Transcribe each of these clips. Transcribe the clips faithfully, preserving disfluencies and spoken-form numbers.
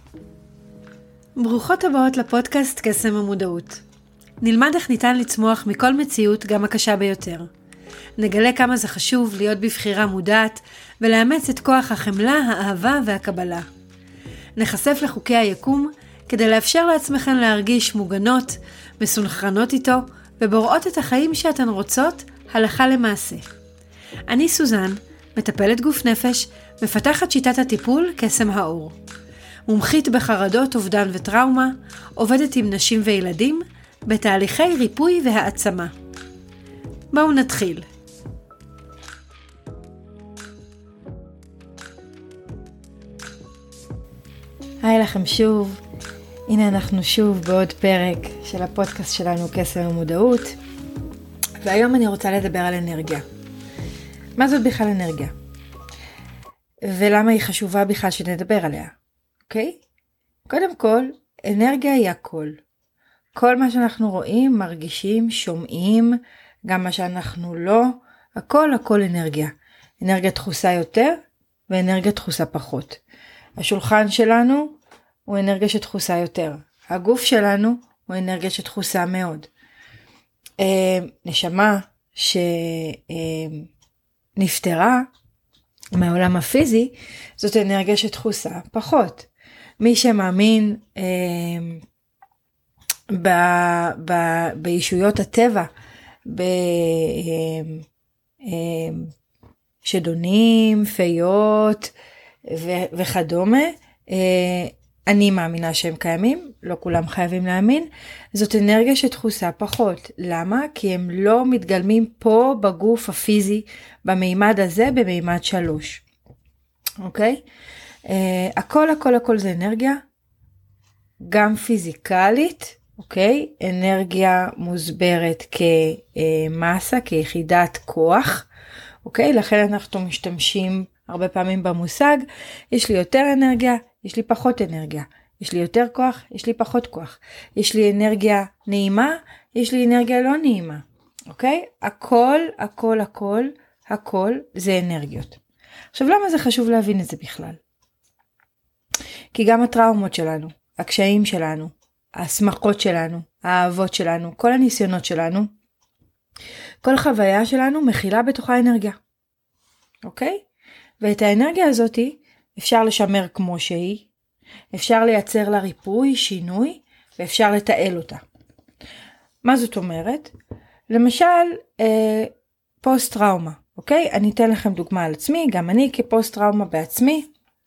ברוכות הבאות לפודקאסט קסם המודעות. נלמד איך ניתן לצמוח מכל מציאות, גם הקשה ביותר. נגלה כמה זה חשוב להיות בבחירה מודעת ולאמץ את כוח החמלה, האהבה והקבלה. נחשף לחוקי היקום כדי לאפשר לעצמכן להרגיש מוגנות, מסונכרנות איתו ובוראות את החיים שאתן רוצות הלכה למעשה. אני סוזן, מטפלת גוף נפש, מפתחת שיטת הטיפול קסם האור. מומחית בחרדות, אובדן וטראומה, עובדת עם נשים וילדים בתהליכי ריפוי והעצמה. בואו נתחיל. היי לכם שוב, הנה אנחנו שוב בעוד פרק של הפודקאסט שלנו קסם המודעות, והיום אני רוצה לדבר על אנרגיה. מה זאת בכלל אנרגיה? ולמה היא חשובה בכלל שנדבר עליה? אוקיי? קודם כל, אנרגיה היא הכל. כל מה שאנחנו רואים, מרגישים, שומעים, גם מה שאנחנו לא, הכל הכל אנרגיה. אנרגיה דחוסה יותר ואנרגיה דחוסה פחות. השולחן שלנו הוא אנרגיה שדחוסה יותר. הגוף שלנו הוא אנרגיה שדחוסה מאוד. אה, נשמה שנפטרה מהעולם הפיזי, זאת אנרגיה שדחוסה פחות. מי שמאמין אה, ב, ב, בישויות הטבע, בשדונים, פיות ו, וכדומה, אה, אני מאמינה שהם קיימים, לא כולם חייבים להאמין, זאת אנרגיה שדחוסה פחות. למה? כי הם לא מתגלמים פה בגוף הפיזי, במימד הזה, במימד שלוש. אוקיי? Uh, הכל הכל הכל זה אנרגיה, גם פיזיקלית, אוקיי? אנרגיה מוסברת כמסה, כיחידת כוח, אוקיי? לכן אנחנו משתמשים הרבה פעמים במושג, יש לי יותר אנרגיה, יש לי פחות אנרגיה, יש לי יותר כוח, יש לי פחות כוח, יש לי אנרגיה נעימה, יש לי אנרגיה לא נעימה, אוקיי? הכל, הכל, הכל, הכל זה אנרגיות. עכשיו למה זה חשוב להבין את זה בכלל? כי גם הטראומות שלנו, הקשיים שלנו, השמחות שלנו, האהבות שלנו, כל הניסיונות שלנו, כל חוויה שלנו מכילה בתוכה אנרגיה. אוקיי? ואת האנרגיה הזאת אפשר לשמר כמו שהיא, אפשר לייצר לה ריפוי, שינוי, ואפשר לתעל אותה. מה זאת אומרת? למשל, אה, פוסט טראומה. אוקיי? אני אתן לכם דוגמה על עצמי, גם אני כפוסט טראומה בעצמי.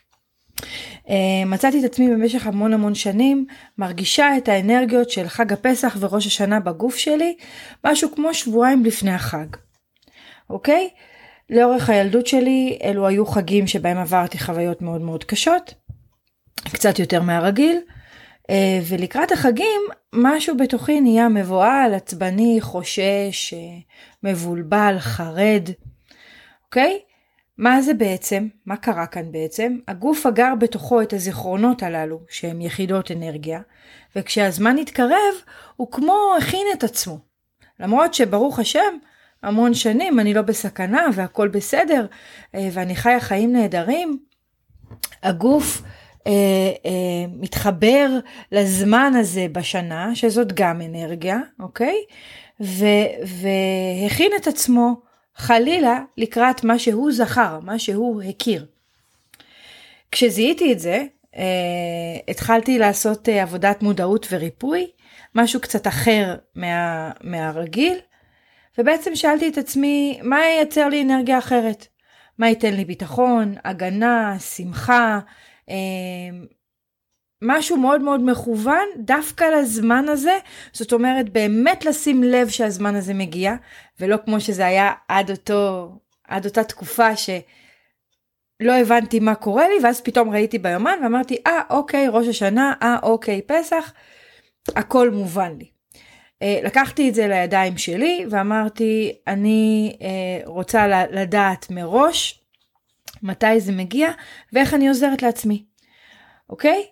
מצאתי את עצמי במשך המון המון שנים, מרגישה את האנרגיות של חג הפסח וראש השנה בגוף שלי, משהו כמו שבועיים לפני החג. אוקיי? לאורך הילדות שלי, אלו היו חגים שבהם עברתי חוויות מאוד מאוד קשות, קצת יותר מהרגיל, ולקראת החגים, משהו בתוכי נהיה מבועל, עצבני, חושש, מבולבל, חרד. אוקיי? מה זה בעצם? מה קרה כאן בעצם? הגוף אגר בתוכו את הזיכרונות הללו, שהם יחידות אנרגיה, וכשהזמן התקרב, הוא כמו הכין את עצמו. למרות שברוך השם, המון שנים אני לא בסכנה והכל בסדר, ואני חיה חיים נהדרים, הגוף אה, אה, מתחבר לזמן הזה בשנה, שזאת גם אנרגיה, אוקיי? ו, והכין את עצמו, חלילה לקראת מה שהוא זכר, מה שהוא הכיר. כשזיהיתי את זה, אה, התחלתי לעשות אה, עבודת מודעות וריפוי, משהו קצת אחר מה, מהרגיל, ובעצם שאלתי את עצמי, מה ייצר לי אנרגיה אחרת? מה ייתן לי ביטחון, הגנה, שמחה, אה, משהו מאוד מאוד מכוון דווקא לזמן הזה, זאת אומרת באמת לשים לב שהזמן הזה מגיע, ולא כמו שזה היה עד אותו, עד אותה תקופה שלא הבנתי מה קורה לי, ואז פתאום ראיתי ביומן ואמרתי, אה אוקיי ראש השנה, אה אוקיי פסח, הכל מובן לי. לקחתי את זה לידיים שלי ואמרתי, אני רוצה לדעת מראש מתי זה מגיע ואיך אני עוזרת לעצמי. אוקיי?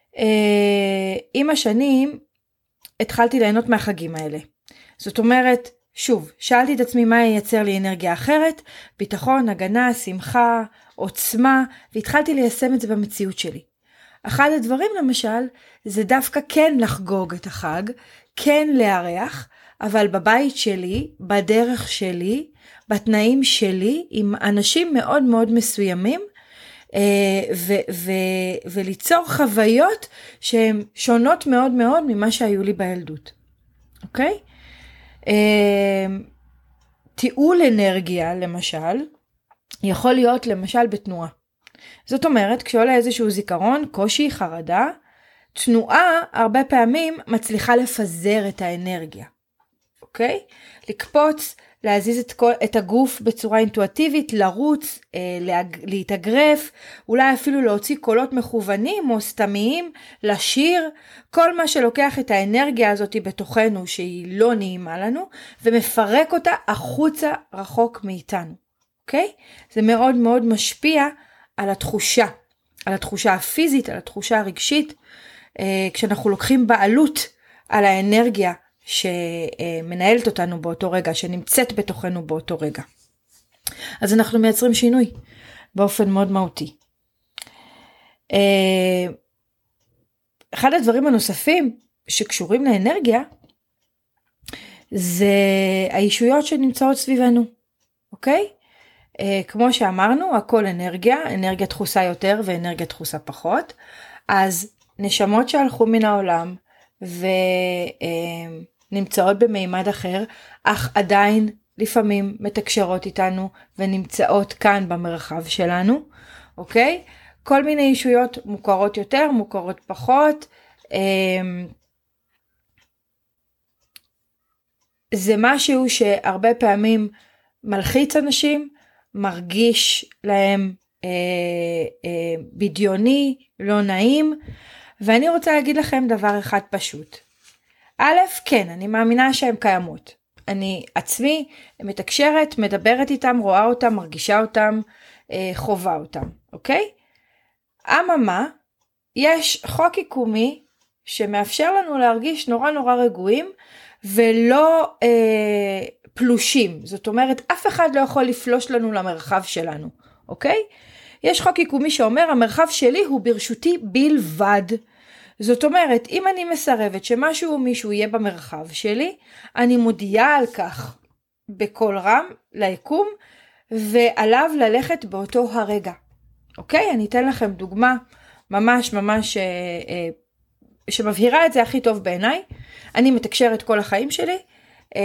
עם השנים התחלתי ליהנות מהחגים האלה. זאת אומרת, שוב, שאלתי את עצמי מה ייצר לי אנרגיה אחרת, ביטחון, הגנה, שמחה, עוצמה, והתחלתי ליישם את זה במציאות שלי. אחד הדברים למשל, זה דווקא כן לחגוג את החג, כן לארח, אבל בבית שלי, בדרך שלי, בתנאים שלי, עם אנשים מאוד מאוד מסוימים, ו- ו- וליצור חוויות שהן שונות מאוד מאוד ממה שהיו לי בילדות. אוקיי? טיעול אנרגיה, למשל, יכול להיות למשל בתנועה. זאת אומרת, כשעולה איזשהו זיכרון, קושי, חרדה, תנועה הרבה פעמים מצליחה לפזר את האנרגיה. אוקיי? לקפוץ, להזיז את, כל, את הגוף בצורה אינטואטיבית, לרוץ, אה, להג, להתאגרף, אולי אפילו להוציא קולות מכוונים או סתמיים, לשיר, כל מה שלוקח את האנרגיה הזאת בתוכנו שהיא לא נעימה לנו, ומפרק אותה החוצה רחוק מאיתנו. אוקיי? זה מאוד מאוד משפיע על התחושה, על התחושה הפיזית, על התחושה הרגשית, אה, כשאנחנו לוקחים בעלות על האנרגיה, שמנהלת אותנו באותו רגע, שנמצאת בתוכנו באותו רגע. אז אנחנו מייצרים שינוי באופן מאוד מהותי. אחד הדברים הנוספים שקשורים לאנרגיה, זה הישויות שנמצאות סביבנו, אוקיי? כמו שאמרנו, הכל אנרגיה, אנרגיה דחוסה יותר ואנרגיה דחוסה פחות, אז נשמות שהלכו מן העולם, ונמצאות במימד אחר, אך עדיין לפעמים מתקשרות איתנו ונמצאות כאן במרחב שלנו, אוקיי? כל מיני אישויות מוכרות יותר, מוכרות פחות. זה משהו שהרבה פעמים מלחיץ אנשים, מרגיש להם אה, אה, בדיוני, לא נעים, ואני רוצה להגיד לכם דבר אחד פשוט. א', כן, אני מאמינה שהן קיימות. אני עצמי מתקשרת, מדברת איתם, רואה אותם, מרגישה אותם, אה, חובה אותם, אוקיי? אממה, יש חוק עיקומי שמאפשר לנו להרגיש נורא נורא רגועים, ולא אה, פלושים. זאת אומרת, אף אחד לא יכול לפלוש לנו למרחב שלנו, אוקיי? יש חוק עיקומי שאומר, המרחב שלי הוא ברשותי בלבד. זאת אומרת, אם אני מסרבת שמשהו או מישהו יהיה במרחב שלי, אני מודיעה על כך בקול רם ליקום, ועליו ללכת באותו הרגע. אוקיי? אני אתן לכם דוגמה ממש ממש אה, אה, שמבהירה את זה הכי טוב בעיניי. אני מתקשרת כל החיים שלי, אה,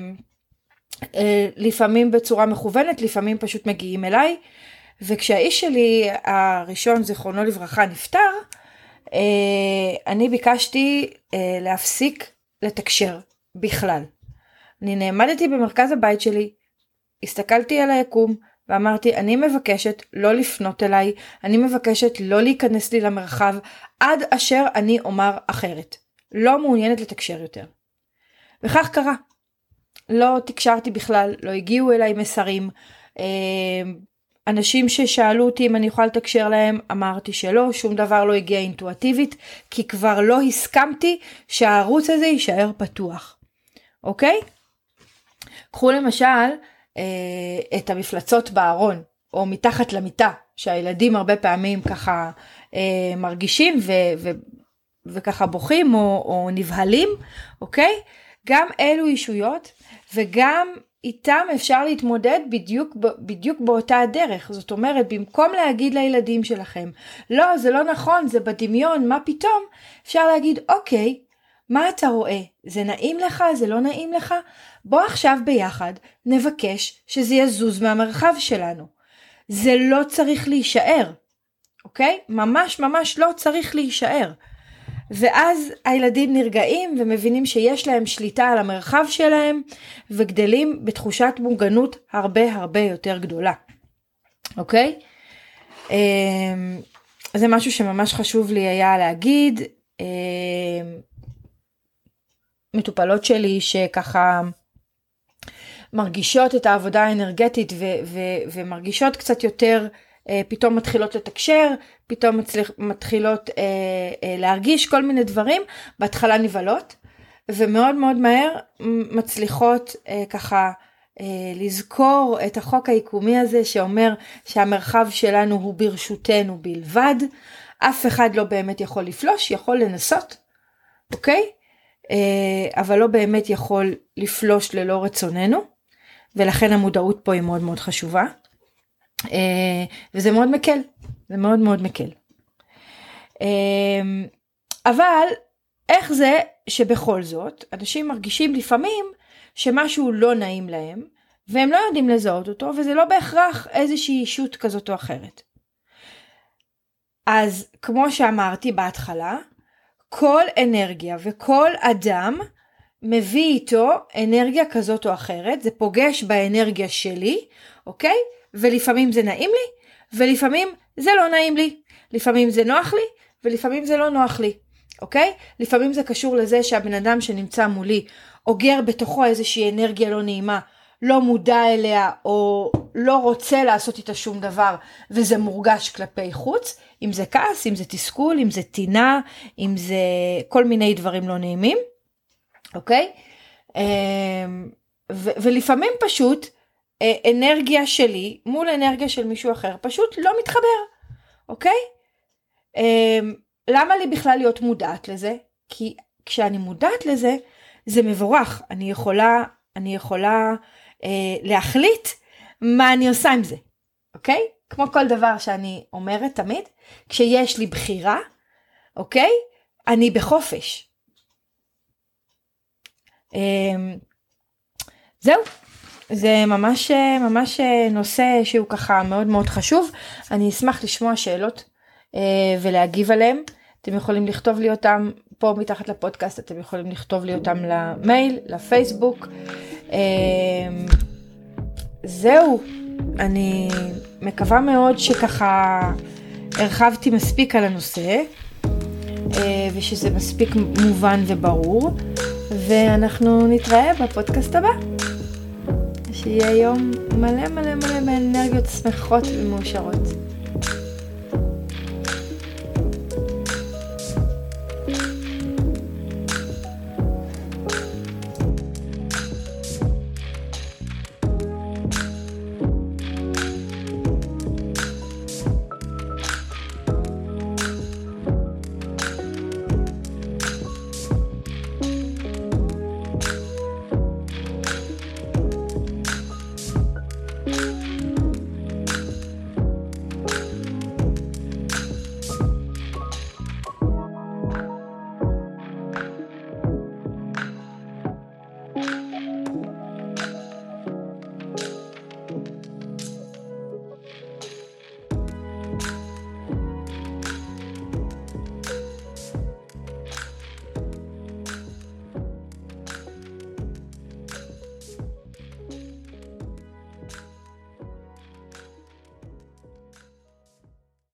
אה, לפעמים בצורה מכוונת, לפעמים פשוט מגיעים אליי, וכשהאיש שלי הראשון, זיכרונו לברכה, נפטר, אה, אני ביקשתי אה, להפסיק לתקשר בכלל. אני נעמדתי במרכז הבית שלי, הסתכלתי על היקום, ואמרתי, אני מבקשת לא לפנות אליי, אני מבקשת לא להיכנס לי למרחב, עד אשר אני אומר אחרת. לא מעוניינת לתקשר יותר. וכך קרה. לא תקשרתי בכלל, לא הגיעו אליי מסרים. אנשים ששאלו אותי אם אני יכולה לתקשר להם, אמרתי שלא, שום דבר לא הגיע אינטואטיבית, כי כבר לא הסכמתי שהערוץ הזה יישאר פתוח. אוקיי? קחו למשל, את המפלצות בארון, או מתחת למיטה, שהילדים הרבה פעמים ככה אה, מרגישים ו, ו, וככה בוכים או, או נבהלים, אוקיי? גם אלו אישויות, וגם איתם אפשר להתמודד בדיוק, בדיוק באותה הדרך. זאת אומרת, במקום להגיד לילדים שלכם, לא, זה לא נכון, זה בדמיון, מה פתאום? אפשר להגיד, אוקיי, מה אתה רואה? זה נעים לך? זה לא נעים לך? בוא עכשיו ביחד נבקש שזה יזוז מהמרחב שלנו. זה לא צריך להישאר, אוקיי? ממש ממש לא צריך להישאר. ואז הילדים נרגעים ומבינים שיש להם שליטה על המרחב שלהם, וגדלים בתחושת מוגנות הרבה הרבה יותר גדולה. אוקיי? זה משהו שממש חשוב לי היה להגיד. מטופלות שלי שככה מרגישות את העבודה האנרגטית ו- ו- ומרגישות קצת יותר, אה, פתאום מתחילות לתקשר, פתאום מצליח, מתחילות אה, אה, להרגיש כל מיני דברים, בהתחלה נבלות, ומאוד מאוד מהר מצליחות אה, ככה אה, לזכור את החוק העיקומי הזה שאומר שהמרחב שלנו הוא ברשותנו בלבד, אף אחד לא באמת יכול לפלוש, יכול לנסות, אוקיי? אבל לא באמת יכול לפלוש ללא רצוננו, ולכן המודעות פה היא מאוד מאוד חשובה, וזה מאוד מקל, זה מאוד מאוד מקל. אבל איך זה שבכל זאת, אנשים מרגישים לפעמים שמשהו לא נעים להם, והם לא יודעים לזהות אותו, וזה לא בהכרח איזושהי אישות כזאת או אחרת. אז כמו שאמרתי בהתחלה, כל אנרגיה וכל אדם מביא איתו אנרגיה כזאת או אחרת, זה פוגש באנרגיה שלי, אוקיי? ולפעמים זה נעים לי, ולפעמים זה לא נעים לי, לפעמים זה נוח לי, ולפעמים זה לא נוח לי, אוקיי? לפעמים זה קשור לזה שהבן אדם שנמצא מולי, אוגר בתוכו איזושהי אנרגיה לא נעימה, לא מודע אליה, או לא רוצה לעשות איתה שום דבר, וזה מורגש כלפי חוץ, אם זה כעס, אם זה תסכול, אם זה טינה, אם זה כל מיני דברים לא נעימים, אוקיי? ו- ולפעמים פשוט, אנרגיה שלי מול אנרגיה של מישהו אחר, פשוט לא מתחבר, אוקיי? למה לי בכלל להיות מודעת לזה? כי כשאני מודעת לזה, זה מבורך, אני יכולה, אני יכולה אה, להחליט מה אני עושה עם זה, אוקיי? כמו כל דבר שאני אומרת תמיד, כשיש לי בחירה, אוקיי? אני בחופש. אה, זהו, זה ממש, ממש נושא שהוא ככה מאוד מאוד חשוב, אני אשמח לשמוע שאלות אה, ולהגיב עליהם, אתם יכולים לכתוב לי אותם פה מתחת לפודקאסט, אתם יכולים לכתוב לי אותם למייל, לפייסבוק. זהו, אני מקווה מאוד שככה הרחבתי מספיק על הנושא, ושזה מספיק מובן וברור, ואנחנו נתראה בפודקאסט הבא. שיהיה יום מלא מלא מלא באנרגיות שמחות ומאושרות.